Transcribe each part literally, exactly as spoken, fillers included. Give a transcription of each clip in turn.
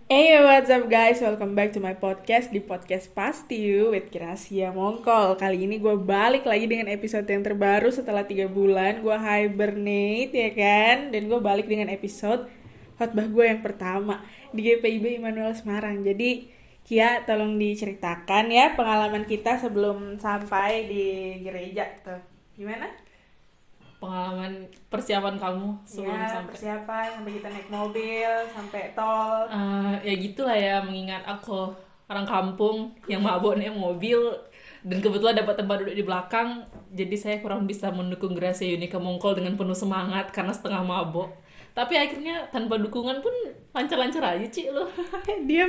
Hey, what's up guys? Welcome back to my podcast di podcast Pasti You with Kirasia Mongkol. Kali ini gue balik lagi dengan episode yang terbaru setelah tiga bulan. Gue hibernate ya kan? Dan gue balik dengan episode khotbah gue yang pertama di G P I B Immanuel Semarang. Jadi Kia tolong diceritakan ya pengalaman kita sebelum sampai di gereja tuh. Gimana? Pengalaman persiapan kamu sebelum Ya, sampai persiapan sampai kita naik mobil, sampai tol. Eh, ya gitulah ya, mengingat aku orang kampung yang mabok naik mobil dan kebetulan dapat tempat duduk di belakang, jadi saya kurang bisa mendukung Gracia Yunika Mongkol dengan penuh semangat karena setengah mabok. Tapi akhirnya tanpa dukungan pun lancar-lancar aja Ci lo. Diam.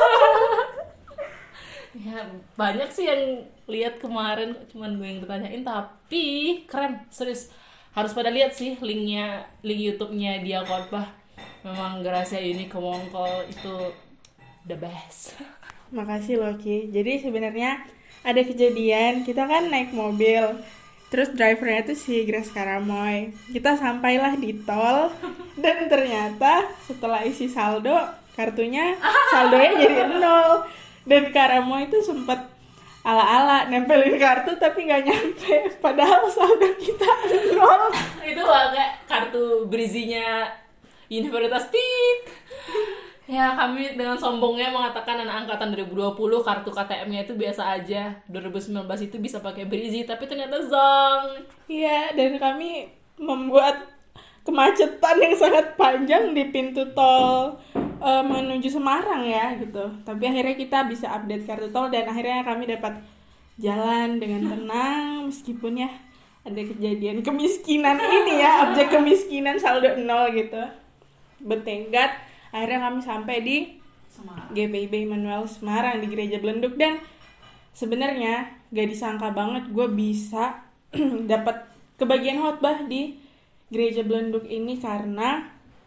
Ya banyak sih yang lihat kemarin, cuman gue yang ditanyain, tapi keren serius. Harus pada lihat sih linknya, link YouTube-nya dia khotbah. Memang Gracia Yunika Mongkol itu the best. Makasih loh Ki. Jadi sebenarnya ada kejadian, kita kan naik mobil, terus drivernya tuh si Grace Karamoy. Kita sampailah di tol, dan ternyata setelah isi saldo, kartunya saldonya jadi nol. Dan Karamoy itu sempet ala-ala nempelin kartu tapi nggak nyampe, padahal saldo kita nol. Itu kayak kartu berizinya Universitas Tit. Ya, kami dengan sombongnya mengatakan anak angkatan dua ribu dua puluh kartu K T M-nya itu biasa aja. dua ribu sembilan belas itu bisa pakai berizi, tapi ternyata zong. Iya, dan kami membuat kemacetan yang sangat panjang di pintu tol uh, menuju Semarang ya gitu. Tapi akhirnya kita bisa update kartu tol dan akhirnya kami dapat jalan dengan tenang meskipun ya ada kejadian kemiskinan ini ya, objek kemiskinan saldo nol gitu. Bertenggat akhirnya kami sampai di Semarang. G P I B Immanuel Semarang di Gereja Belenduk, dan sebenarnya gak disangka banget gue bisa dapat kebagian khotbah di Gereja Belenduk ini karena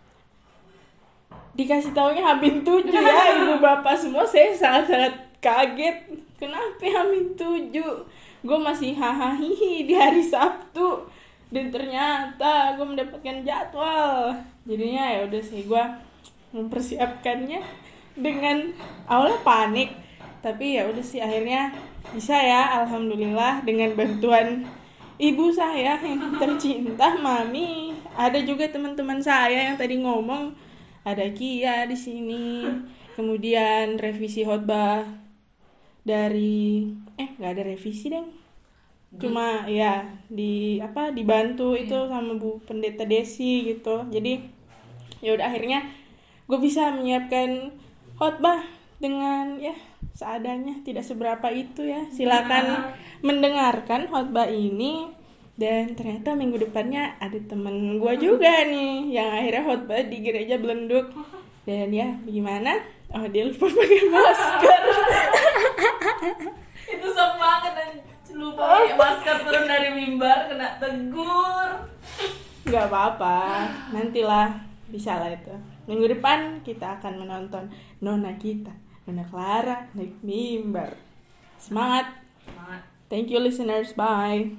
dikasih taunya Hamin tujuh ya ibu bapak semua. Saya sangat-sangat kaget, kenapa Hamin tujuh, gue masih hahaha di hari Sabtu dan ternyata gue mendapatkan jadwal. Jadinya ya udah sih gue mempersiapkannya dengan awalnya panik, tapi ya udah sih akhirnya bisa ya, alhamdulillah, dengan bantuan ibu saya yang tercinta, Mami. Ada juga teman-teman saya yang tadi ngomong, ada Kia di sini. Kemudian revisi khotbah dari eh nggak ada revisi deng. Cuma ya di apa dibantu itu sama Bu Pendeta Desi gitu. Jadi ya udah akhirnya gue bisa menyiapkan khotbah dengan ya seadanya, tidak seberapa itu ya. Silakan mendengarkan khotbah ini. Dan ternyata minggu depannya ada temen gue juga nih yang akhirnya khotbah di Gereja Belenduk. Dan ya bagaimana? Oh, dia lupa pakai masker. Itu sok banget dan lupa pakai masker, turun dari mimbar kena tegur. Gak apa-apa, nantilah bisa lah itu. Minggu depan kita akan menonton Nona kita, Nona Clara naik mimbar. Semangat. Semangat. Thank you listeners, bye.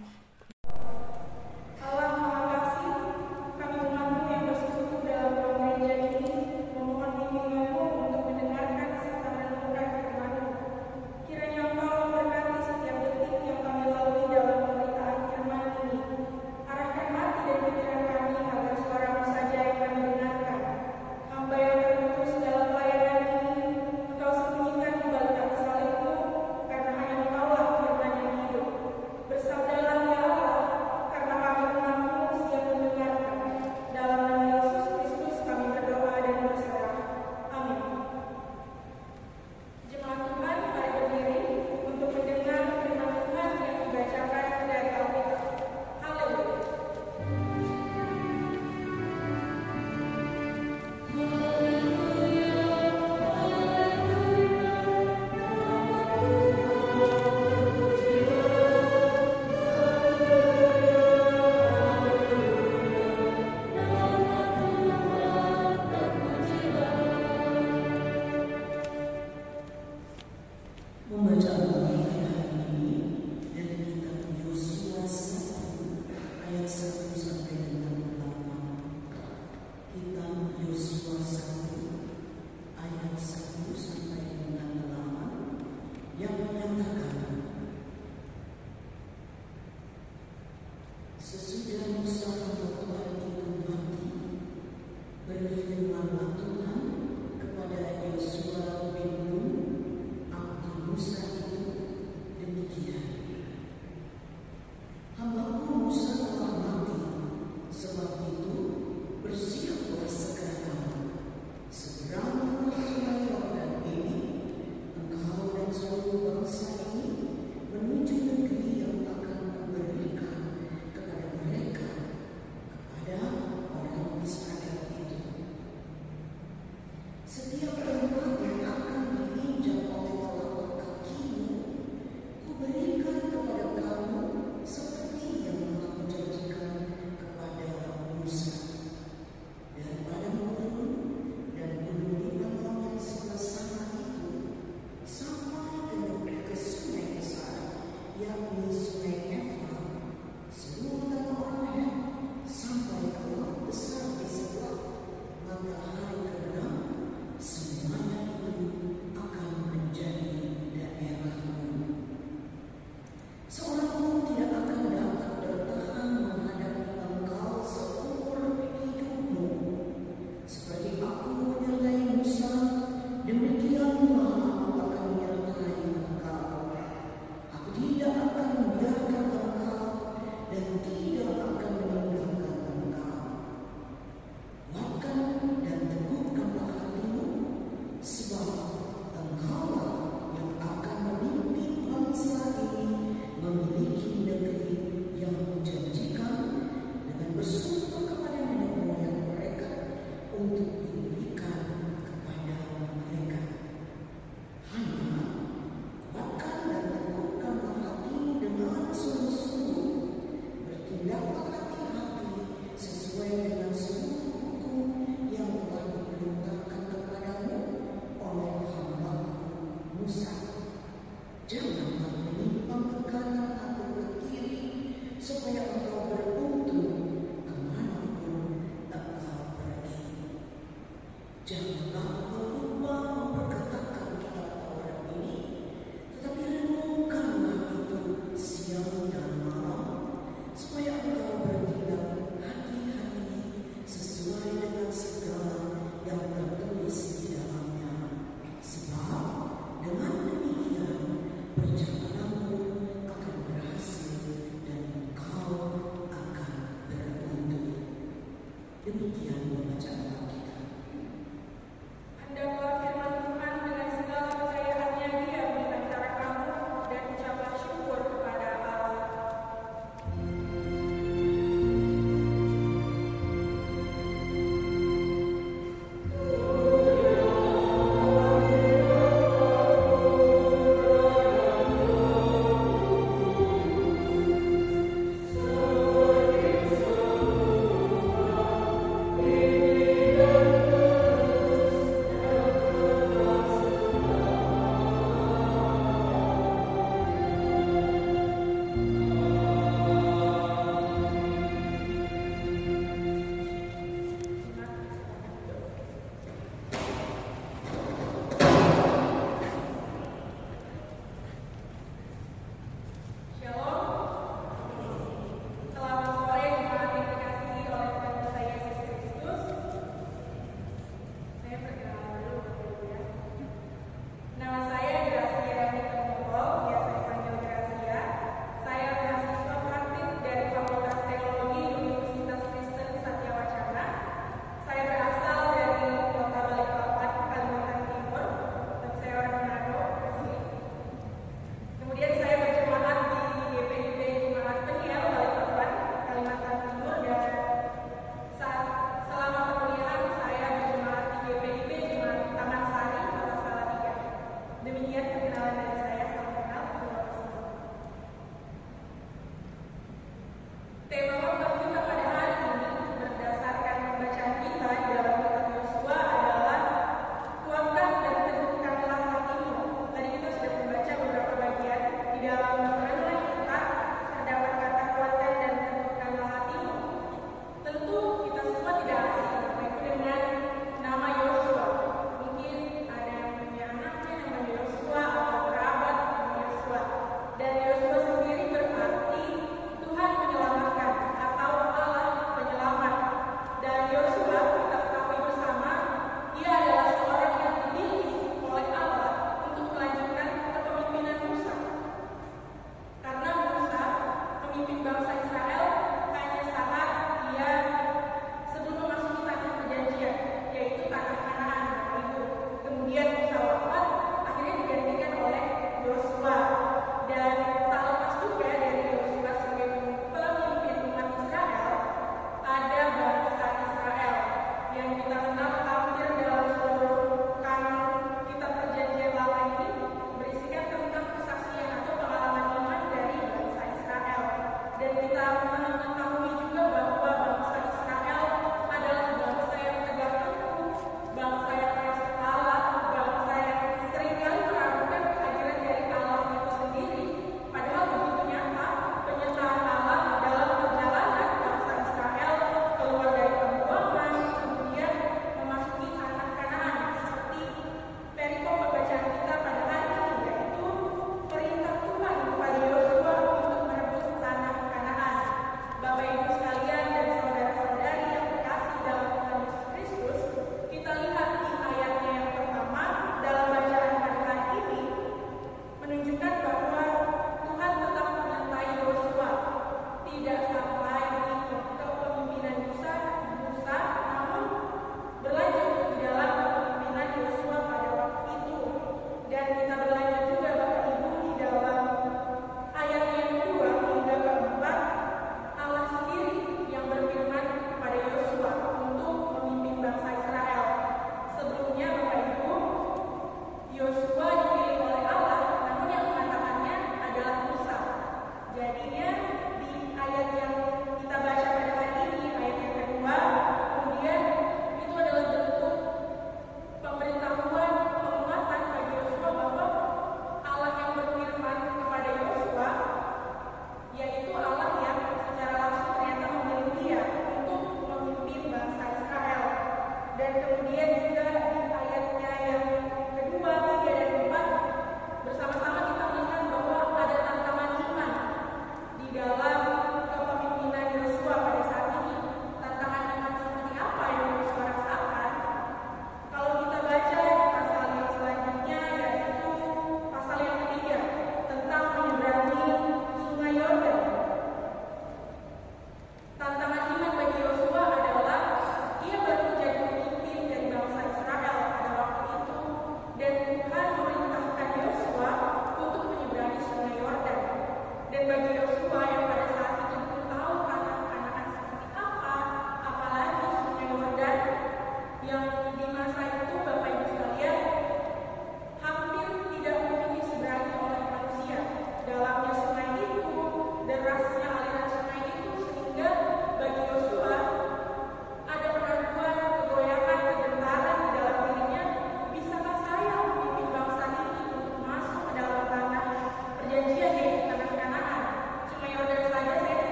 Bersabdalah Setiap tempat yang akan diinjak oleh telapak kakimu, kuberikan kepada kamu seperti yang telah kujanjikan kepada Musa. Daripada gunung dan gunung Libanon yang sebelah sana itu sampai ke negeri ke sungai besar, yakni sungai Efrat, seluruh tanah orang Het, sampai ke laut besar di sebelah matahari terbenam, semuanya itu akan menjadi daerahmu. Seorang pun tidak akan dapat bertahan menghadapi engkau seumur hidupmu. Seperti aku menyertai Musa, demikian pula aku akan menyertai engkau. Aku tidak akan membiarkan engkau dan tidak akan meninggalkan engkau. Kuatkan dan teguhkanlah hatimu, sebab engkaulah yang akan memimpin bangsa ini memiliki negeri yang kujanjikan dengan bersumpah kepada nenek moyang mereka untuk diberikan kepada mereka. Hanya kuatkan dan teguhkanlah hatimu dengan sungguh-sungguh, bertindaklah hati-hati sesuai dengan seluruh hukum yang telah diperintahkan kepadamu oleh hamba-Ku Musa. Janganlah menyimpang ke kanan atau ke kiri, supaya engkau beruntung kemanapun engkau pergi. Janganlah engkau lupa memperkatakan kitab Taurat ini, tetapi renungkanlah itu siang dan malam, supaya engkau bertindak hati-hati sesuai dengan segala yang tertulis di dalamnya. Sebab dengan demikian perjalananmu akan berhasil dan engkau akan beruntung. Demikian pembacaan kita.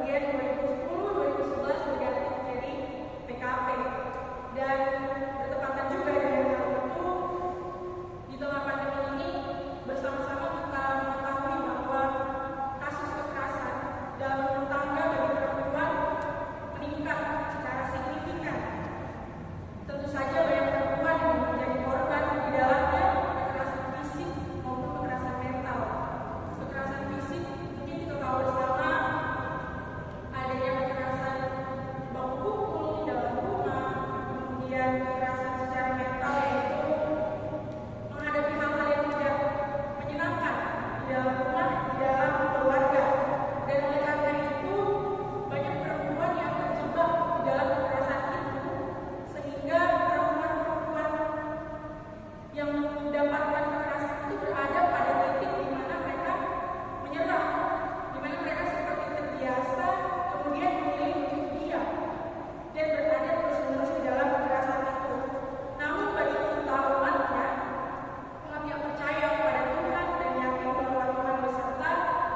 kemudian dua ribu sepuluh dua ribu sebelas berganti menjadi P K P. Dan bertepatan juga dengan hal itu, di tengah pandemi ini bersama-sama kita mengetahui bahwa kasus kekerasan dalam rumah tangga bagi perempuan meningkat secara signifikan. Tentu saja banyak perempuan yang menjadi korban di dalamnya kekerasan fisik maupun kekerasan mental. Kekerasan fisik mungkin kita tahu bersama adanya kekerasan baku pukul di dalam rumah, kemudian kekerasan secara mental yaitu menghadapi hal-hal yang tidak menyenangkan di dalam rumah, di dalam keluarga. Dan oleh karena itu banyak perempuan yang terjebak di dalam kekerasan itu, sehingga perempuan-perempuan yang mendapatkan kekerasan itu berada pada titik di mana mereka menyerah, di mana mereka seperti terbiasa, kemudian memilih untuk diam dan berada terus-menerus di dalam kekerasan itu. Namun bagi kita umatnya, umat yang percaya kepada Tuhan dan yakin bahwa Tuhan beserta,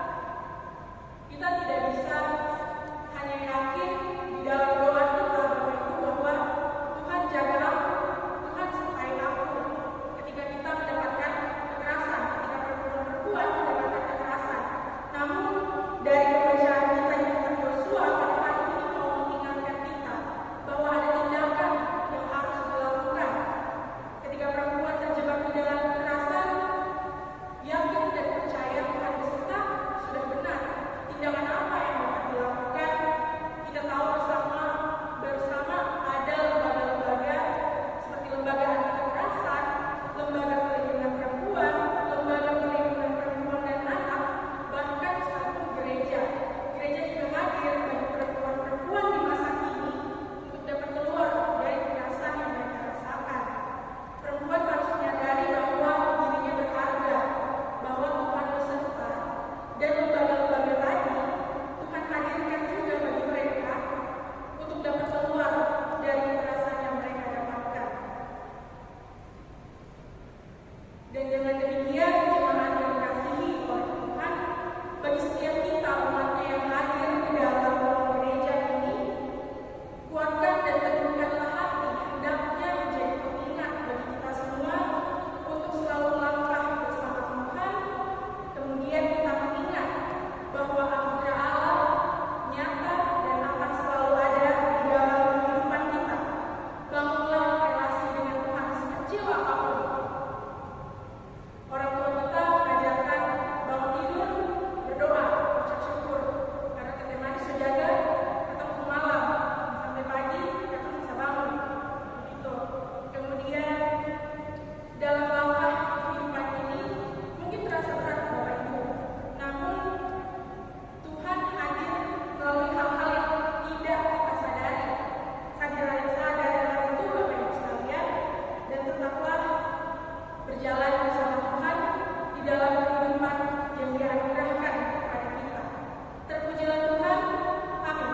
kita tidak bisa hanya yakin di dalam doa kita bahwa itu bahwa Tuhan jaga aku, Tuhan sertai aku ketika kita mendapatkan kekerasan, ketika perempuan-perempuan mendapatkan kekerasan. Namun dari pembacaan kita di kitab Yosua pada hari ini mau mengingatkan kita bahwa ada tindakan yang harus dilakukan ketika perempuan terjebak di dalam kekerasan. Yakin dan percaya Tuhan beserta sudah benar. Tindakan apa yang dapat dilakukan? Kita tahu bersama bersama ada lembaga-lembaga seperti lembaga anti kekerasan, lembaga perlindungan perempuan, lembaga perlindungan perempuan dan anak, bahkan sekalipun gereja. Gereja juga hadir bagi perempuan-perempuan di masa kini untuk dapat keluar dari kekerasan yang mereka rasakan. Perempuan harus menyadari bahwa dirinya berharga, bahwa Tuhan beserta, dan lembaga-lembaga tadi Tuhan hadirkan juga bagi mereka untuk dapat keluar dari kekerasan yang mereka dapatkan. Dan dengan demikian, jemaat yang dikasihi oleh Tuhan, bagi setiap kita umatnya yang hadir di dalam ruang gereja ini, kuatkan dan teguhkanlah hati, hendaknya menjadi pengingat bagi kita semua untuk selalu langkah bersama Tuhan. Kemudian kita mengingat bahwa anugerah Allah nyata dan akan selalu ada di dalam kehidupan kita. Bangunlah relasi dengan Tuhan sekecil apapun. Orang tua kita mengajarkan bangun tidur, berdoa, ucap syukur, karena teteh manis sejaga ketemu malam, sampai pagi kita bisa bangun. Begitu. Kemudian dalam langkah kehidupan ini mungkin terasa berat Bapak Ibu, namun Tuhan hadir melalui hal-hal yang tidak kita sadari. Sadar sadar hal itu Bapak Ibu sekalian, dan tetaplah berjalan bersama Tuhan di dalam kehidupan yang Dia anugerahkan kepada kita. Terpujilah Tuhan. Amin.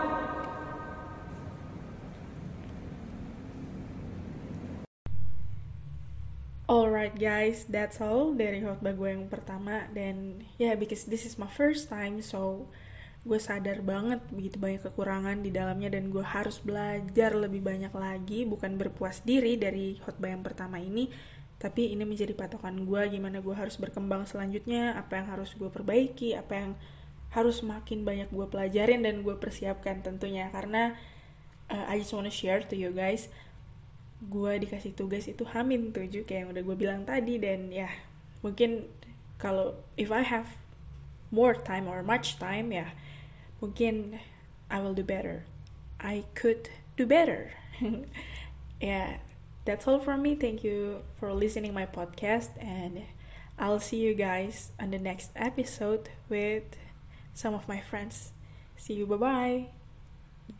Alright guys, that's all dari khotbah gue yang pertama. Dan ya, yeah, because this is my first time, so gue sadar banget begitu banyak kekurangan di dalamnya, dan gue harus belajar lebih banyak lagi. Bukan berpuas diri dari khotbah yang pertama ini, tapi ini menjadi patokan gue gimana gue harus berkembang selanjutnya, apa yang harus gue perbaiki, apa yang harus makin banyak gue pelajarin dan gue persiapkan tentunya. Karena uh, I just wanna share to you guys, gue dikasih tugas itu Hamin tujuh kayak yang udah gue bilang tadi. Dan ya, mungkin kalau if I have more time or much time, ya mungkin I will do better. I could do better. Yeah, that's all from me. Thank you for listening my podcast, and I'll see you guys on the next episode with some of my friends. See you, bye-bye.